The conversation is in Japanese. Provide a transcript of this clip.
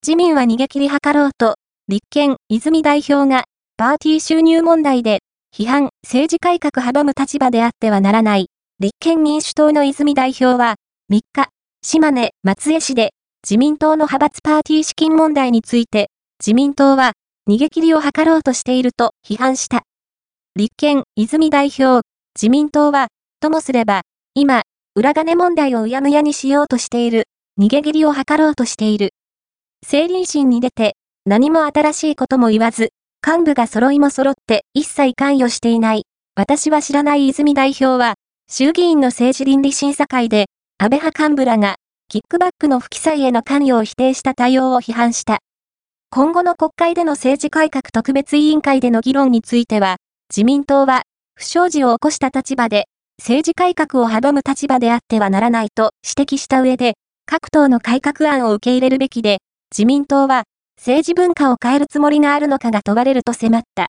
自民は逃げ切り図ろうと、立憲、泉代表が、パーティー収入問題で、批判、政治改革阻む立場であってはならない。立憲民主党の泉代表は、3日、島根、松江市で、自民党の派閥パーティー資金問題について、自民党は、逃げ切りを図ろうとしていると批判した。立憲、泉代表、自民党は、ともすれば、今、裏金問題をうやむやにしようとしている、逃げ切りを図ろうとしている。政倫審に出て、何も新しいことも言わず、幹部が揃いも揃って一切関与していない。私は知らない泉代表は、衆議院の政治倫理審査会で、安倍派幹部らが、キックバックの不記載への関与を否定した対応を批判した。今後の国会での政治改革特別委員会での議論については、自民党は、不祥事を起こした立場で、政治改革を阻む立場であってはならないと指摘した上で、各党の改革案を受け入れるべきで、自民党は、政治文化を変えるつもりがあるのかが問われると迫った。